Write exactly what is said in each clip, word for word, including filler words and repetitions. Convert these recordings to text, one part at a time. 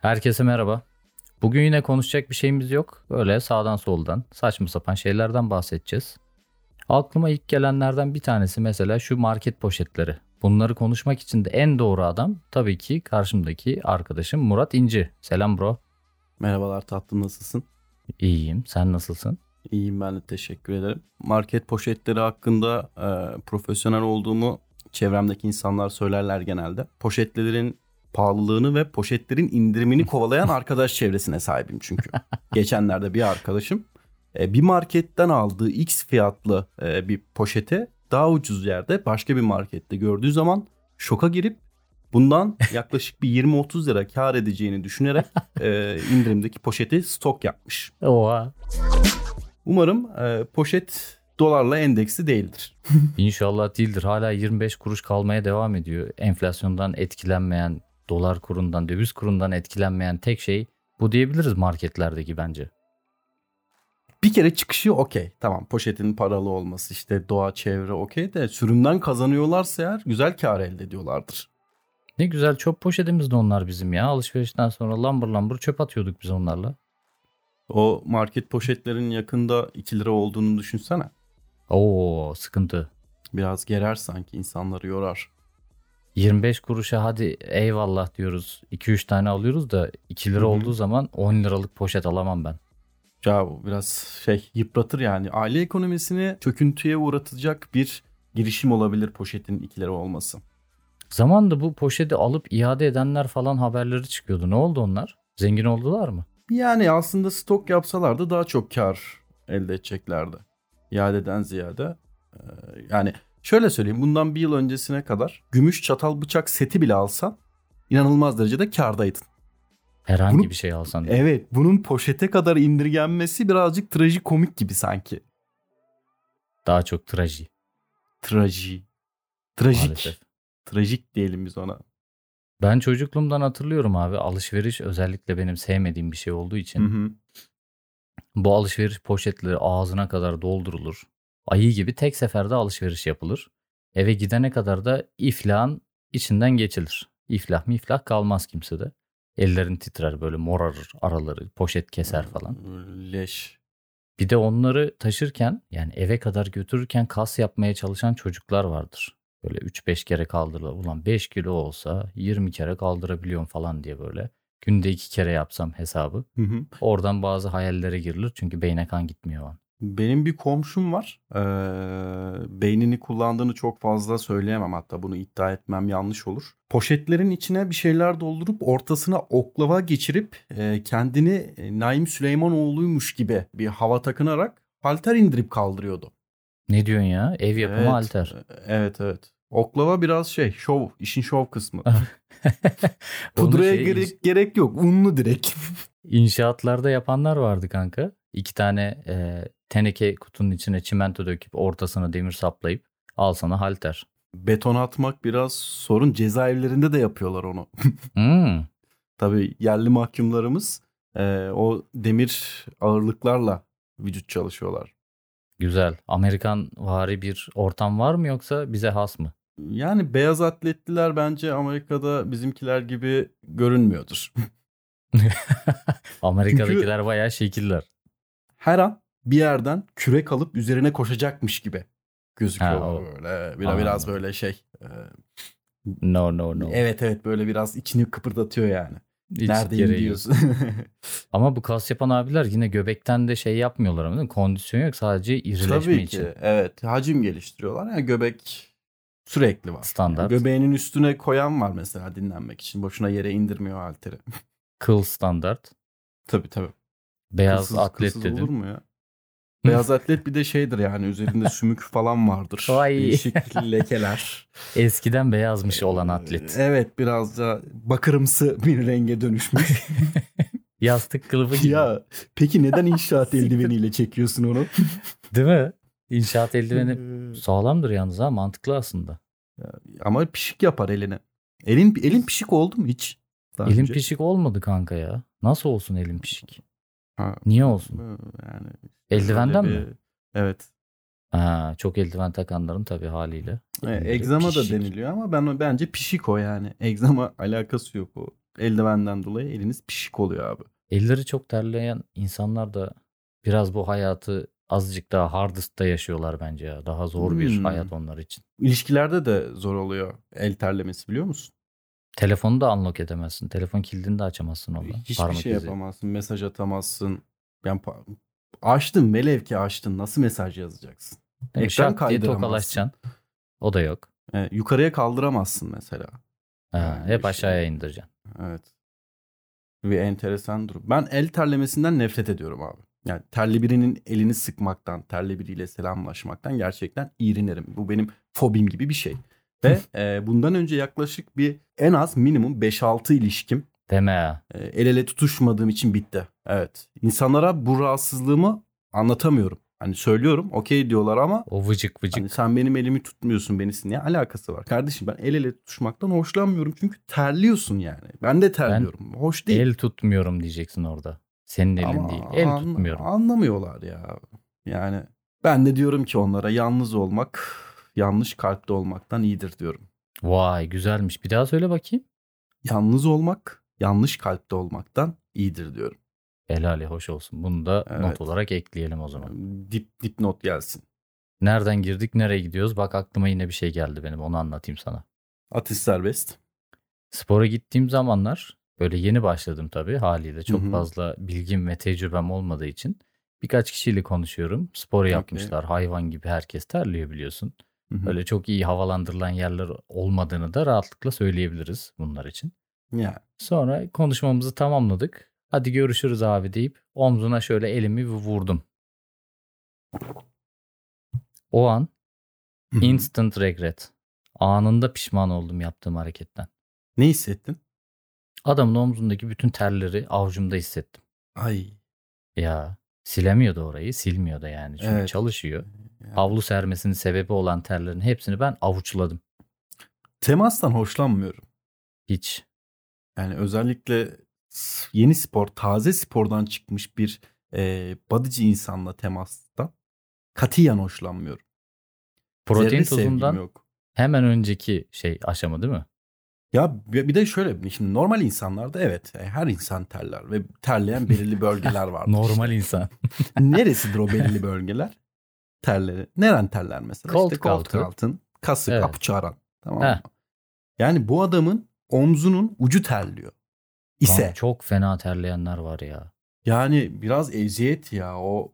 Herkese merhaba. Bugün yine konuşacak bir şeyimiz yok. Böyle sağdan soldan saçma sapan şeylerden bahsedeceğiz. Aklıma ilk gelenlerden bir tanesi mesela şu market poşetleri. Bunları konuşmak için de en doğru adam tabii ki karşımdaki arkadaşım Murat İnci. Selam bro. Merhabalar tatlım, nasılsın? İyiyim. Sen nasılsın? İyiyim, ben de teşekkür ederim. Market poşetleri hakkında e, profesyonel olduğumu çevremdeki insanlar söylerler genelde. Poşetlerin pahalılığını ve poşetlerin indirimini kovalayan arkadaş çevresine sahibim çünkü. Geçenlerde bir arkadaşım e, bir marketten aldığı X fiyatlı e, bir poşete daha ucuz yerde başka bir markette gördüğü zaman şoka girip bundan yaklaşık bir yirmi otuz lira kar edeceğini düşünerek e, indirimdeki poşeti stok yapmış. Oha. Umarım e, poşet dolarla endeksli değildir. İnşallah değildir. Hala yirmi beş kuruş kalmaya devam ediyor. Enflasyondan etkilenmeyen, dolar kurundan, döviz kurundan etkilenmeyen tek şey bu diyebiliriz marketlerdeki bence. Bir kere çıkışı okey. Tamam, poşetin paralı olması, işte doğa çevre okey de sürümden kazanıyorlarsa eğer güzel kar elde ediyorlardır. Ne güzel çöp poşetimiz de onlar bizim ya. Alışverişten sonra lambır lambır çöp atıyorduk biz onlarla. O market poşetlerin yakında iki lira olduğunu düşünsene. Oo sıkıntı. Biraz gerer, sanki insanları yorar. yirmi beş kuruşa hadi eyvallah diyoruz. iki üç tane alıyoruz da iki lira Hı hı. olduğu zaman on liralık poşet alamam ben. Ya bu biraz şey yıpratır yani. Aile ekonomisini çöküntüye uğratacak bir girişim olabilir poşetin iki lira olması. Zamanında bu poşeti alıp iade edenler falan haberleri çıkıyordu. Ne oldu onlar? Zengin oldular mı? Yani aslında stok yapsalardı daha çok kar elde edeceklerdi. İadeden ziyade. Ee, yani şöyle söyleyeyim, bundan bir yıl öncesine kadar gümüş çatal bıçak seti bile alsan inanılmaz derecede kârdaydın. Herhangi Bunu, bir şey alsan diye. evet, bunun poşete kadar indirgenmesi birazcık trajikomik gibi sanki. Daha çok traji Traji. Trajik. maalesef. Trajik diyelim biz ona. Ben çocukluğumdan hatırlıyorum abi. Alışveriş özellikle benim sevmediğim bir şey olduğu Hı için. hı. Bu alışveriş poşetleri ağzına kadar doldurulur. Ayı gibi tek seferde alışveriş yapılır. Eve gidene kadar da iflahın içinden geçilir. İflah mı iflah kalmaz kimsede. Ellerin titrer böyle morarır araları, poşet keser falan. Leş. Bir de onları taşırken yani eve kadar götürürken kas yapmaya çalışan çocuklar vardır. Böyle üç beş kere kaldırırlar. Ulan beş kilo olsa yirmi kere kaldırabiliyorum falan diye böyle. Günde iki kere yapsam hesabı. Hı hı. Oradan bazı hayallere girilir çünkü beyne kan gitmiyor o an. Benim bir komşum var. Ee, beynini kullandığını çok fazla söyleyemem, hatta bunu iddia etmem yanlış olur. Poşetlerin içine bir şeyler doldurup ortasına oklava geçirip e, kendini e, Naim Süleymanoğlu'ymuş gibi bir hava takınarak halter indirip kaldırıyordu. Ne diyorsun ya? Ev yapımı Evet, halter. evet, evet. Oklava biraz şey, şov, işin şov kısmı. Onu Pudraya şey inş- gerek, gerek yok, unlu direkt. inşaatlarda yapanlar vardı kanka. İki tane e, teneke kutunun içine çimento döküp ortasına demir saplayıp al sana halter. Beton atmak biraz sorun, cezaevlerinde de yapıyorlar onu. Hmm, Tabii yerli mahkumlarımız e, o demir ağırlıklarla vücut çalışıyorlar. güzel. Amerikan vari bir ortam var mı yoksa bize has mı? Yani beyaz atletliler bence Amerika'da bizimkiler gibi görünmüyordur. Çünkü Amerika'dakiler bayağı şekiller. her an bir yerden kürek alıp üzerine koşacakmış gibi Ha gözüküyorlar o böyle. Biraz, biraz anladım. böyle şey. e, No no no. evet, evet, böyle biraz içini kıpırdatıyor yani. Hiç Neredeyim gereği yok. diyorsun. Ama bu kas yapan abiler yine göbekten de şey yapmıyorlar ama değil mi? Kondisyon yok sadece irileşme Tabii için. ki, evet, hacim geliştiriyorlar. Yani göbek sürekli var. Yani Standart. göbeğinin üstüne koyan var mesela dinlenmek için. Boşuna yere indirmiyor halteri. Kıl standart. Tabii, tabii. Beyaz Kılsız atlet kılsız olur dedin. mu ya? Beyaz atlet bir de şeydir yani, üzerinde sümük falan vardır. Ay. Değişik lekeler. Eskiden beyazmış olan Ee, atlet. Evet, biraz da bakırımsı bir renge dönüşmüş. Yastık kılıfı gibi. Ya peki neden inşaat Siktir. eldiveniyle çekiyorsun onu? Değil mi? İnşaat eldiveni sağlamdır yalnız ha, mantıklı aslında. Ama pişik yapar eline. Elin elin pişik oldu mu hiç? Daha Elim önce? pişik olmadı kanka ya. Nasıl olsun elim pişik? Ha, Niye olsun? yani Eldivenden öyle mi? bir- Evet. Ha, çok eldiven takanların tabii haliyle. E, elleri egzama da pişik. deniliyor ama ben bence pişik o yani. Egzama alakası yok o. eldivenden dolayı eliniz pişik oluyor abi. Elleri çok terleyen insanlar da biraz bu hayatı azıcık daha hardest'ta yaşıyorlar bence ya. Daha zor bir Hmm. hayat onlar için. İlişkilerde de zor oluyor el terlemesi, biliyor musun? Telefonu da unlock edemezsin. Telefon kilidini de açamazsın onunla. Hiçbir Parmak şey izi. yapamazsın. Mesaj atamazsın. Ben pa- açtın, velev ki açtın. Nasıl mesaj yazacaksın? Değil mi? Ekran Şak diye kaydıramazsın. tokalaşacaksın. O da yok. E, yukarıya kaldıramazsın mesela. Ha, Yani hep işte, aşağıya indireceksin. evet. Bir enteresan durum. Ben el terlemesinden nefret ediyorum abi. Yani terli birinin elini sıkmaktan, terli biriyle selamlaşmaktan gerçekten iğrenirim. Bu benim fobim gibi bir şey. Ve e, bundan önce yaklaşık bir en az minimum beş altı ilişkim Deme ya. e, el ele tutuşmadığım için bitti. Evet. İnsanlara bu rahatsızlığımı anlatamıyorum. Hani söylüyorum, okey diyorlar ama O vıcık vıcık. hani sen benim elimi tutmuyorsun, beni ne alakası var? Kardeşim, ben el ele tutuşmaktan hoşlanmıyorum çünkü terliyorsun yani. Ben de terliyorum. Hoş değil. El tutmuyorum diyeceksin orada. Senin elin Ama değil. El an- tutmuyorum. Anlamıyorlar ya. Yani ben de diyorum ki onlara, yalnız olmak yanlış kalpte olmaktan iyidir diyorum. Vay güzelmiş. Bir daha söyle bakayım. Yalnız olmak yanlış kalpte olmaktan iyidir diyorum. Helali hoş olsun. Bunu da Evet. not olarak ekleyelim o zaman. Dip dip not gelsin. Nereden girdik, nereye gidiyoruz? Bak aklıma yine bir şey geldi benim. Onu anlatayım sana. Atış serbest. Spora gittiğim zamanlar böyle yeni başladım tabii haliyle. Çok Hı hı. fazla bilgim ve tecrübem olmadığı için birkaç kişiyle konuşuyorum. Spor yapmışlar. Hayvan gibi herkes terliyor biliyorsun. Hı hı. Öyle çok iyi havalandırılan yerler olmadığını da rahatlıkla söyleyebiliriz bunlar için. Yani. Sonra konuşmamızı tamamladık. Hadi görüşürüz abi deyip omzuna şöyle elimi vurdum. O an Hı hı. instant regret. Anında pişman oldum yaptığım hareketten. Ne hissettin? Adamın omzundaki bütün terleri avucumda hissettim. Ay. Ya silemiyordu orayı, silmiyor da yani. Çünkü Evet. çalışıyor. Yani. Havlu sermesinin sebebi olan terlerin hepsini ben avuçladım. Temastan hoşlanmıyorum. Hiç. Yani özellikle yeni spor, taze spordan çıkmış bir e, bodyci insanla temastan katiyen hoşlanmıyorum. Protein Zerre sevgim tozundan yok. hemen önceki şey aşama değil mi? Ya bir de şöyle, şimdi normal insanlarda evet her insan terler ve terleyen belirli bölgeler vardır. Normal işte. insan. Neresidir o belirli bölgeler? Terleri. Neren terler mesela? Koltuk işte koltuk altı. altın, kasık, Evet. apuçu aran. Tamam Heh. mı? Yani bu adamın omzunun ucu terliyor. İse. Abi çok fena terleyenler var ya. Yani biraz eziyet ya, o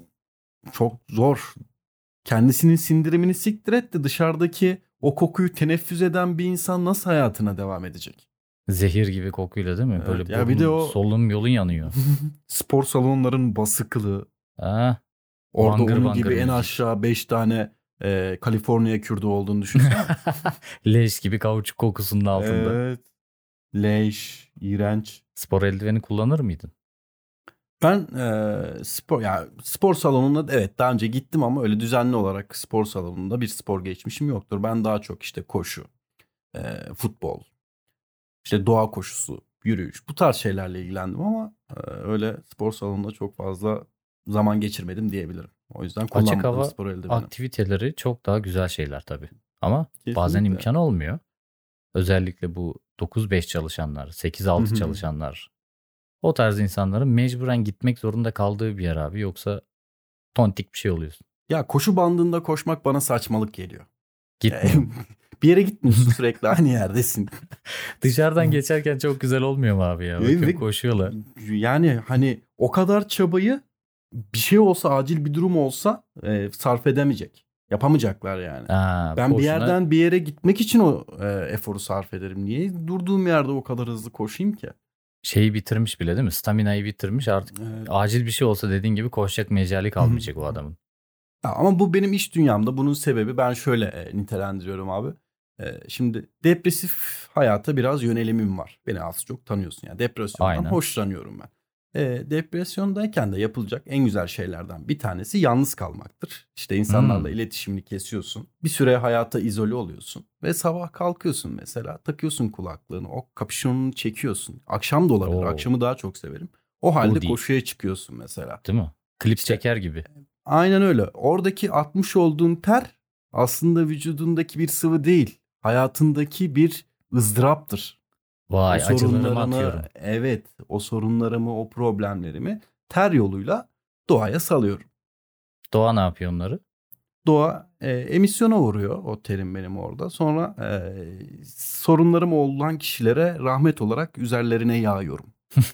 çok zor. Kendisinin sindirimini siktir et de dışarıdaki o kokuyu teneffüs eden bir insan nasıl hayatına devam edecek? Zehir gibi kokuyla değil mi? Evet, Böyle ya burnun, bir de o- solunum yolun yanıyor. Spor salonların basıklığı. Ha? Orada Bangır onun bangır gibi en müzik. aşağı beş tane e, Kaliforniya Kürdü olduğunu düşünsene. Leş gibi kauçuk kokusunun altında. Evet. Leş, iğrenç. Spor eldiveni kullanır mıydın? Ben e, spor ya spor salonuna evet daha önce gittim ama öyle düzenli olarak spor salonunda bir spor geçmişim yoktur. Ben daha çok işte koşu, e, futbol, işte doğa koşusu, yürüyüş, bu tarz şeylerle ilgilendim ama e, öyle spor salonunda çok fazla zaman geçirmedim diyebilirim. O yüzden Açık kullanmadım hava spor eldiveni. aktiviteleri çok daha güzel şeyler tabii. Ama bazen Kesinlikle. imkan olmuyor. Özellikle bu dokuz beş çalışanlar, sekiz altı Hı hı. çalışanlar. O tarz insanların mecburen gitmek zorunda kaldığı bir yer abi. Yoksa tontik bir şey oluyorsun. Ya koşu bandında koşmak bana saçmalık geliyor. Gitmiyor. Bir yere gitmiyorsun, sürekli aynı yerdesin. Dışarıdan geçerken çok güzel olmuyor mu abi ya? Bakıyorum Evet. koşuyorlar. Yani hani o kadar çabayı bir şey olsa, acil bir durum olsa e, sarf edemeyecek. Yapamayacaklar yani. Ha, Ben boşuna bir yerden bir yere gitmek için o e, eforu sarf ederim. Niye durduğum yerde o kadar hızlı koşayım ki? şeyi bitirmiş bile değil mi? Staminayı bitirmiş artık. Evet. Acil bir şey olsa dediğin gibi koşacak mecali kalmayacak o adamın. Ya ama bu benim iş dünyamda, bunun sebebi ben şöyle e, nitelendiriyorum abi. E, şimdi depresif hayata biraz yönelimim var. Beni az çok tanıyorsun. Yani depresyondan Aynen. hoşlanıyorum ben. E, depresyondayken de yapılacak en güzel şeylerden bir tanesi yalnız kalmaktır. İşte insanlarla Hmm. iletişimini kesiyorsun. Bir süre hayata izole oluyorsun. Ve sabah kalkıyorsun mesela, takıyorsun kulaklığını, o kapüşonunu çekiyorsun. Akşam da olabilir. Oo. Akşamı daha çok severim. O halde değil. koşuya çıkıyorsun mesela. Değil mi? Klip İşte- çeker gibi. Aynen öyle. Oradaki atmış olduğun ter aslında vücudundaki bir sıvı değil. Hayatındaki bir ızdıraptır. Vay, O acılarımı atıyorum. sorunlarımı, evet, o sorunlarımı, o problemlerimi ter yoluyla doğaya salıyorum. Doğa ne yapıyor onları? Doğa e, emisyona uğruyor, o terim benim orada. Sonra e, sorunlarım olan kişilere rahmet olarak üzerlerine yağıyorum.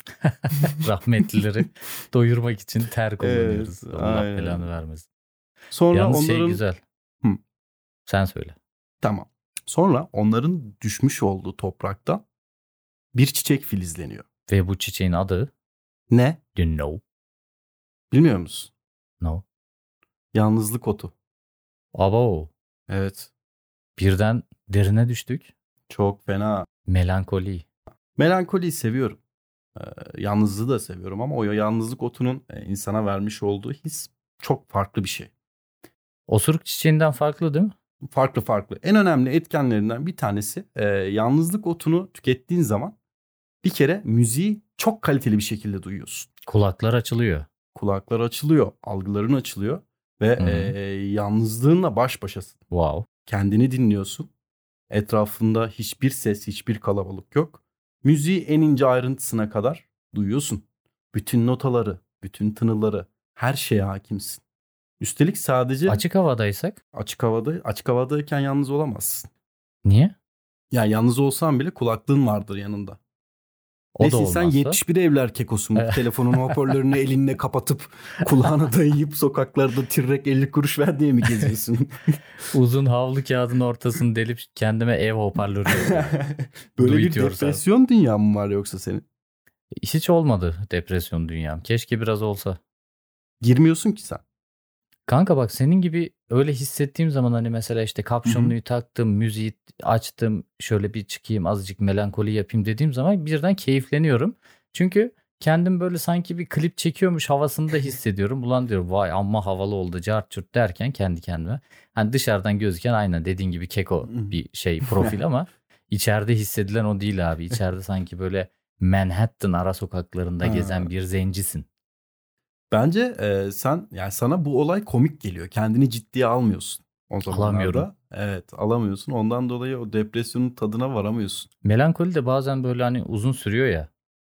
Rahmetlileri doyurmak için ter Evet, kullanıyoruz. Allah aynen. belanı vermesin. Sonra Yalnız şey onların güzel. Hı, Sen söyle. tamam. Sonra onların düşmüş olduğu toprakta bir çiçek filizleniyor. Ve bu çiçeğin adı? Ne? Do you know? Bilmiyor musun? No. Yalnızlık otu. Abo. Evet. Birden derine düştük. Çok fena. Melankoli. Melankoliyi seviyorum. Ee, yalnızlığı da seviyorum ama o yalnızlık otunun e, insana vermiş olduğu his çok farklı bir şey. Osuruk çiçeğinden farklı değil mi? Farklı farklı. En önemli etkenlerinden bir tanesi e, yalnızlık otunu tükettiğin zaman bir kere müziği çok kaliteli bir şekilde duyuyorsun. Kulaklar açılıyor. Kulaklar açılıyor, algıların açılıyor ve Hı hı. e, yalnızlığınla baş başasın. Wow. Kendini dinliyorsun. Etrafında hiçbir ses, hiçbir kalabalık yok. Müziği en ince ayrıntısına kadar duyuyorsun. Bütün notaları, bütün tınıları, her şeye hakimsin. Üstelik sadece Açık havadaysak? açık havada, açık havadayken yalnız olamazsın. Niye? Ya yalnız olsan bile kulaklığın vardır yanında. O da Nesin sen olmazsa. yetmiş bir evler kekosu mu? Telefonun hoparlörünü elinle kapatıp kulağına dayayıp sokaklarda tirrek elli kuruş ver diye mi geziyorsun? Uzun havlu kağıdın ortasını delip kendime ev hoparlörü yapıyorum. Böyle Do bir it yourself. depresyon dünya mı var yoksa senin? Hiç olmadı depresyon dünyam. Keşke biraz olsa. Girmiyorsun ki sen. Kanka bak, senin gibi öyle hissettiğim zaman hani mesela işte kapşonluyu taktım, müziği açtım, şöyle bir çıkayım azıcık melankoli yapayım dediğim zaman birden keyifleniyorum. Çünkü kendim böyle sanki bir klip çekiyormuş havasını da hissediyorum. Ulan diyorum vay amma havalı oldu cart curt derken kendi kendime. Hani dışarıdan gözüken aynen dediğin gibi keko bir şey profil ama içeride hissedilen o değil abi. İçeride sanki böyle Manhattan ara sokaklarında gezen bir zencisin. Bence e, sen yani sana bu olay komik geliyor. Kendini ciddiye almıyorsun o zamanlarda. Alamıyorum. Evet, alamıyorsun. Ondan dolayı o depresyonun tadına varamıyorsun. Melankoli de bazen böyle hani uzun sürüyor ya.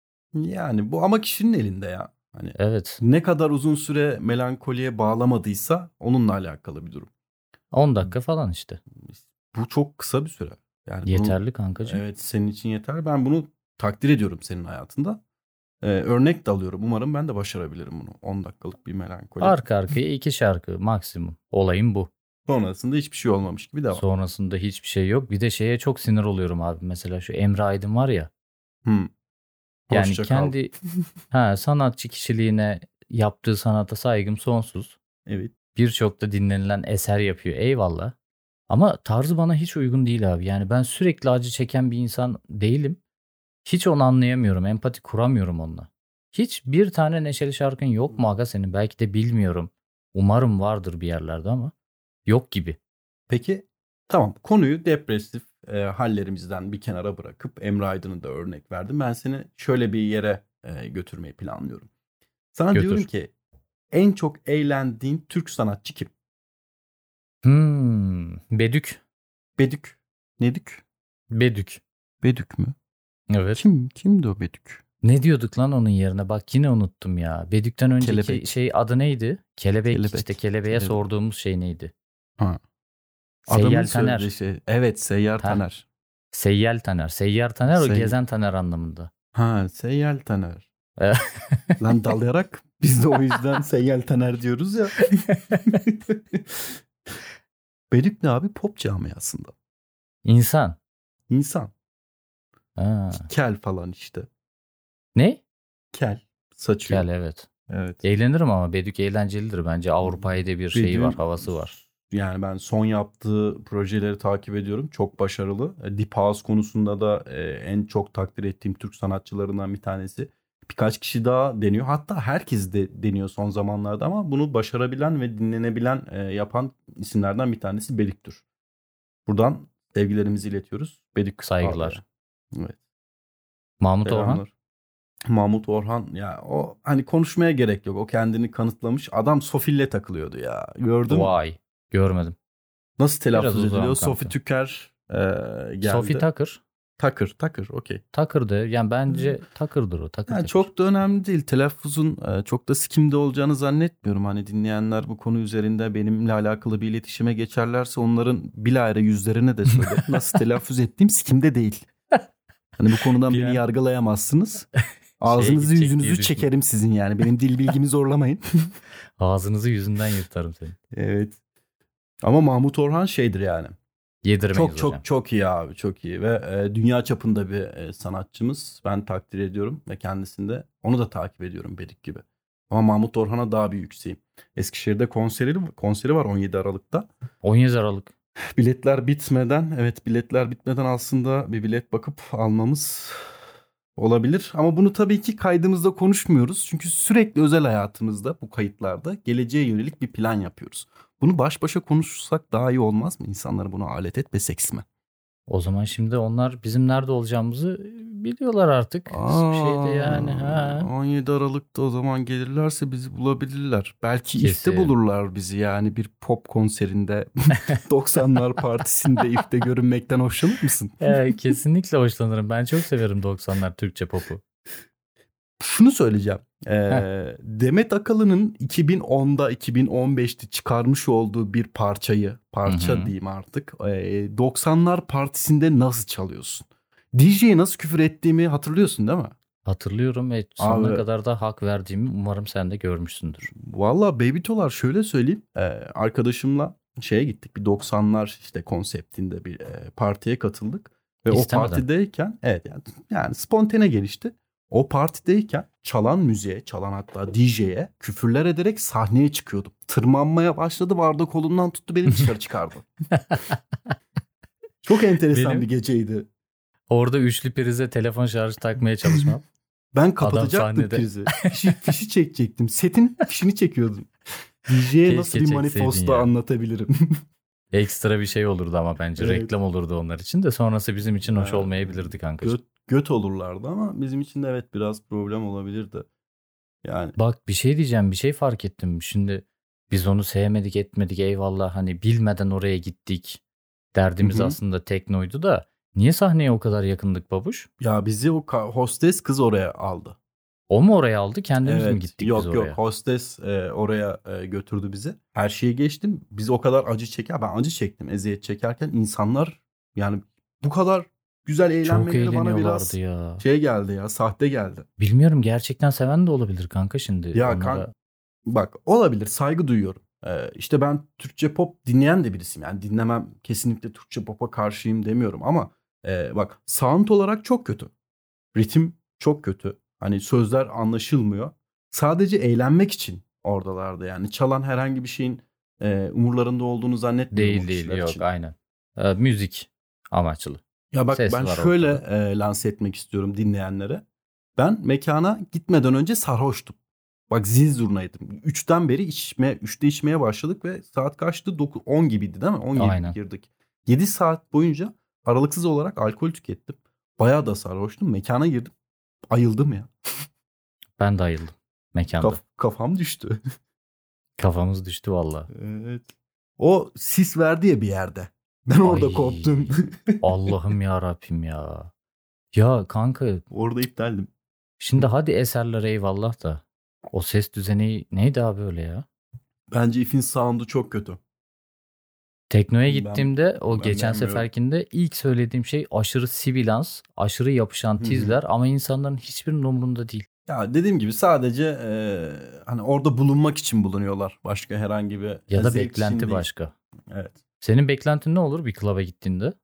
Yani bu ama kişinin elinde ya. Hani Evet. ne kadar uzun süre melankoliye bağlamadıysa onunla alakalı bir durum. on dakika falan işte. Bu çok kısa bir süre. Yani Yeterli bunu, kankacığım. evet, senin için yeterli. Ben bunu takdir ediyorum senin hayatında. Ee, örnek de alıyorum. Umarım ben de başarabilirim bunu. on dakikalık bir melankoli. Arka arkaya iki şarkı maksimum. Olayım bu. Sonrasında hiçbir şey olmamış gibi devam. Sonrasında hiçbir şey yok. Bir de şeye çok sinir oluyorum abi. Mesela şu Emre Aydın var ya. Hmm. Yani Hoşça kal. kendi ha, sanatçı kişiliğine, yaptığı sanata saygım sonsuz. Evet. Birçok da dinlenilen eser yapıyor. Eyvallah. Ama tarzı bana hiç uygun değil abi. Yani ben sürekli acı çeken bir insan değilim. Hiç onu anlayamıyorum. Empati kuramıyorum onunla. Hiç bir tane neşeli şarkın yok mu aga senin? Belki de bilmiyorum. Umarım vardır bir yerlerde ama yok gibi. Peki tamam, konuyu depresif e, hallerimizden bir kenara bırakıp Emre Aydın'ı da örnek verdim. Ben seni şöyle bir yere e, götürmeyi planlıyorum. Sana Götür. diyorum ki en çok eğlendiğin Türk sanatçı kim? Hmm, Bedük. Bedük. Nedük? Bedük. Bedük mü? Evet. Kim? Kimdi o Bedük? Ne diyorduk lan onun yerine? Bak yine unuttum ya. Bedük'ten önceki Kelebek. şey adı neydi? Kelebek. Kelebek. İşte kelebeğe Kelebek. sorduğumuz şey neydi? Ha. Seyyal Adamın Taner. söylediği şey. Evet, Seyyar Ha. Taner. Seyyal Taner. Seyyar Taner o Sey- gezen Taner anlamında. Ha, Seyyal Taner. Lan dalayarak biz de o yüzden Seyyal Taner diyoruz ya. Bedük ne abi? Pop camiasında. İnsan. İnsan. Ha. Kel falan işte. Ne? Kel. Saçıyor. Kel, evet. Evet. Eğlenirim ama Bedük eğlencelidir bence. Avrupa'ya da bir şeyi Bedük'ün- var, havası var. Yani ben son yaptığı projeleri takip ediyorum. Çok başarılı. E, Deep House konusunda da e, en çok takdir ettiğim Türk sanatçılarından bir tanesi. Birkaç kişi daha deniyor. Hatta herkes de deniyor son zamanlarda ama bunu başarabilen ve dinlenebilen e, yapan isimlerden bir tanesi Bedük'tür. Buradan sevgilerimizi iletiyoruz. Bedük Saygılar. ağabeye. Evet. Mahmut Orhan. Selamlar. Mahmut Orhan ya, o hani konuşmaya gerek yok. O kendini kanıtlamış. Adam Sofil'le takılıyordu ya. Gördün mü? Vay. Görmedim. Nasıl Biraz telaffuz uzağım ediliyor? kanka. Sophie Tucker e, geldi. Sophie Tucker. Takır, takır, okey. Takır'dı. Yani bence Takır'dır o. Takır Yani takır. çok da önemli değil. Telaffuzun e, çok da skimde olacağını zannetmiyorum. Hani dinleyenler bu konu üzerinde benimle alakalı bir iletişime geçerlerse onların bilahare yüzlerine de söylerim. Nasıl telaffuz ettiğim skimde değil. Hani bu konudan Bir beni an- yargılayamazsınız. Şeye Ağzınızı gidecek diye yüzünüzü düşündüm. çekerim sizin yani. Benim dil bilgimi zorlamayın. Ağzınızı yüzünden yırtarım seni. Evet. Ama Mahmut Orhan şeydir yani. Yedirmeyiz Çok hocam. çok çok iyi abi, çok iyi ve e, dünya çapında bir e, sanatçımız. Ben takdir ediyorum ve kendisinde onu da takip ediyorum Bedik gibi. Ama Mahmut Orhan'a daha bir yükseğim. Eskişehir'de konseri konseri var on yedi Aralık'ta. on yedi Aralık. Biletler bitmeden, evet biletler bitmeden aslında bir bilet bakıp almamız olabilir. Ama bunu tabii ki kaydımızda konuşmuyoruz. Çünkü sürekli özel hayatımızda bu kayıtlarda geleceğe yönelik bir plan yapıyoruz. Bunu baş başa konuşsak daha iyi olmaz mı? İnsanlara bunu alet etmesek mi? O zaman şimdi onlar bizim nerede olacağımızı biliyorlar artık. Bir şey de yani. Ha. on yedi Aralık'ta o zaman gelirlerse bizi bulabilirler. Belki Kesin. ifte bulurlar bizi yani bir pop konserinde doksanlar partisinde ifte görünmekten hoşlanır mısın? Evet, kesinlikle hoşlanırım. Ben çok severim doksanlar Türkçe popu. Şunu söyleyeceğim. Ee, Demet Akalın'ın iki bin onda iki bin on beşte çıkarmış olduğu bir parçayı, parça Hı hı. diyeyim artık. Ee, doksanlar partisinde nasıl çalıyorsun? D J'ye nasıl küfür ettiğimi hatırlıyorsun değil mi? Hatırlıyorum ve sonuna Abi- kadar da hak verdiğimi umarım sen de görmüşsündür. Valla Babytolar şöyle söyleyeyim. Ee, arkadaşımla şeye gittik. Bir doksanlar işte konseptinde bir e, partiye katıldık. Ve İstemeden. o partideyken evet yani, yani spontane gelişti. O partideyken çalan müziğe, çalan hatta D J'ye küfürler ederek sahneye çıkıyordum. Tırmanmaya başladı, Arda kolundan tuttu, beni dışarı çıkardı. Çok enteresan Benim- bir geceydi. Orada üçlü prize telefon şarjı takmaya çalışmam. Ben kapatacaktım sahnede. prizi. Fişi, fişi çekecektim. Setin fişini çekiyordum. D J'ye Keşke nasıl bir çekseydin manifesto ya. anlatabilirim? Ekstra bir şey olurdu ama bence. Evet. Reklam olurdu onlar için de sonrası bizim için hoş Ha, olmayabilirdi kankacığım. Göt, göt olurlardı ama bizim için de evet biraz problem olabilirdi. Yani Bak bir şey diyeceğim, bir şey fark ettim. Şimdi biz onu sevmedik etmedik eyvallah, hani bilmeden oraya gittik. Derdimiz Hı hı. aslında teknoydu da niye sahneye o kadar yakındık babuş? ya bizi o ka- hostes kız oraya aldı. O mu oraya aldı, kendimiz mi Evet. gittik Yok biz oraya? yok hostes e, oraya e, götürdü bizi. Her şeyi geçtim. Biz o kadar acı çeker. Ben acı çektim eziyet çekerken, insanlar yani bu kadar güzel Çok eğlenmeleri bana eğleniyorlardı biraz ya. şey geldi ya, sahte geldi. Bilmiyorum, gerçekten seven de olabilir kanka şimdi. Ya Onlara... kan- Bak olabilir, saygı duyuyorum. Ee, işte ben Türkçe pop dinleyen de birisiyim. Yani dinlemem, kesinlikle Türkçe pop'a karşıyım demiyorum ama e, bak sound olarak çok kötü. Ritim çok kötü. Hani sözler anlaşılmıyor. Sadece eğlenmek için oradalardı yani. Çalan herhangi bir şeyin e, umurlarında olduğunu zannetmiyorum. Değil o değil kişiler yok için. aynen. Ee, müzik amaçlı. Ya bak Ses ben var şöyle ortada. e, lanse etmek istiyorum dinleyenlere. Ben mekana gitmeden önce sarhoştum. Bak zil zurnaydım. Üçten beri içme, üçte içmeye başladık ve saat kaçtı? dokuz, on gibiydi değil mi? on gibi Aynen. girdik. yedi saat boyunca aralıksız olarak alkol tükettim. Bayağı da sarhoştum. Mekana girdim. Ayıldım ya. Ben de ayıldım mekanda. Kaf- kafam düştü. Kafamız düştü valla. Evet. O sis verdi ya bir yerde. Ben orada Ay. koptum. Allah'ım ya Rabbim ya. Ya kanka Orada iptaldim. şimdi hadi eserler eyvallah da o ses düzeni neydi abi öyle ya? Bence If'in sound'u çok kötü. Teknoya Ben- geçen o ben geçen beğenmiyorum. seferkinde ilk söylediğim şey aşırı sibilans, aşırı yapışan Hı hı. tizler ama insanların hiçbirinin umurunda değil. Ya dediğim gibi sadece e, hani orada bulunmak için bulunuyorlar. Başka herhangi bir Ya da zevk için beklenti değil. başka. Evet. Senin beklentin ne olur bir klaba gittiğinde?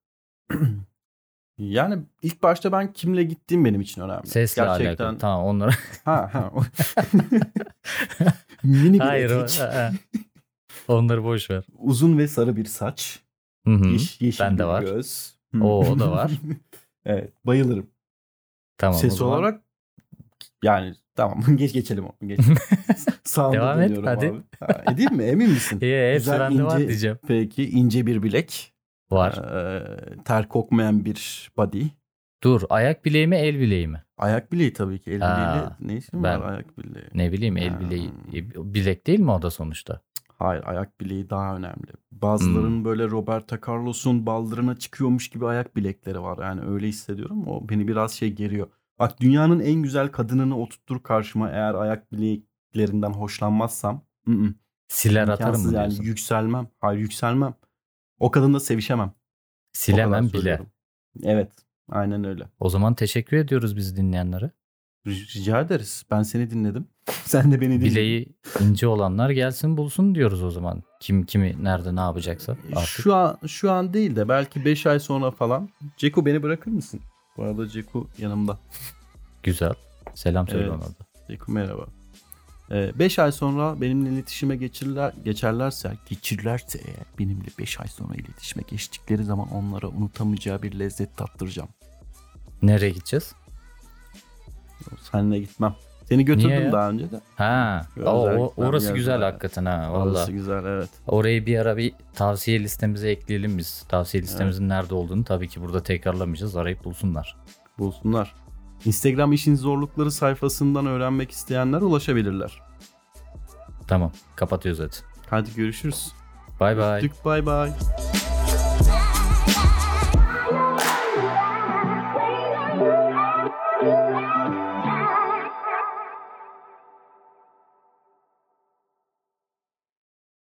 Yani ilk başta ben kimle gittiğim benim için önemli. Sesle Gerçekten. alakalı. Tamam onları. Ha ha. Mini bir Hayır o- etek. ı-ı. Onları boş ver. Uzun ve sarı bir saç. Hı hı. Yeş, yeşil Bende bir var. göz. Oo, o da var. Evet, bayılırım. Tamam o Ses zaman. olarak yani tamam geç geçelim onu. Geçelim. Sound'a Devam et, dönüyorum hadi. abi. Ha, edeyim mi? Emin misin? Ee, hepsi Güzel, bende var ince- diyeceğim. Peki ince bir bilek. Var. Ee, ter kokmayan bir body. Dur, ayak bileği mi el bileği mi? Ayak bileği tabii ki. El Aa, bileğiyle ne işin ben- var ayak bileği? Ne bileyim el Ha. bileği. E, bilek değil mi o da sonuçta? Hayır, ayak bileği daha önemli. Bazılarının Hmm. böyle Roberto Carlos'un baldırına çıkıyormuş gibi ayak bilekleri var. Yani öyle hissediyorum. O beni biraz şey geriyor. Bak, dünyanın en güzel kadınını oturttur karşıma, eğer ayak bileklerinden hoşlanmazsam ı-ı, Siler atarım imkansız mı yani, diyorsun? yükselmem. Hayır, yükselmem. O kadınla sevişemem. O kadar Silemem bile. söylüyorum. Evet, aynen öyle. O zaman teşekkür ediyoruz bizi dinleyenlere. Rica ederiz. Ben seni dinledim. Sen de beni dinledin. Bileği ince olanlar gelsin bulsun diyoruz o zaman. Kim kimi nerede ne yapacaksa artık. Şu an şu an değil de belki beş ay sonra falan. Ceku, beni bırakır mısın? Bu arada Ceku yanımda. Güzel. Selam söyle Evet. ona da. Ceku merhaba. beş ay sonra benimle iletişime geçirler, geçerlerse, geçirlerse eğer benimle beş ay sonra iletişime geçtikleri zaman onlara unutamayacağı bir lezzet tattıracağım. Nereye gideceğiz? Seninle gitmem. Seni götürdüm Niye ya? daha önce de. Ha, Özel o, gitmem orası geldi güzel bayağı. hakikaten ha. Orası Vallahi. güzel, evet. Orayı bir ara bir tavsiye listemize ekleyelim biz. Tavsiye listemizin nerede olduğunu tabii ki burada tekrarlamayacağız. Arayıp bulsunlar. Bulsunlar. Instagram işin zorlukları sayfasından öğrenmek isteyenler ulaşabilirler. Tamam. Kapatıyoruz hadi. Hadi görüşürüz. Bay bay. Bye bye.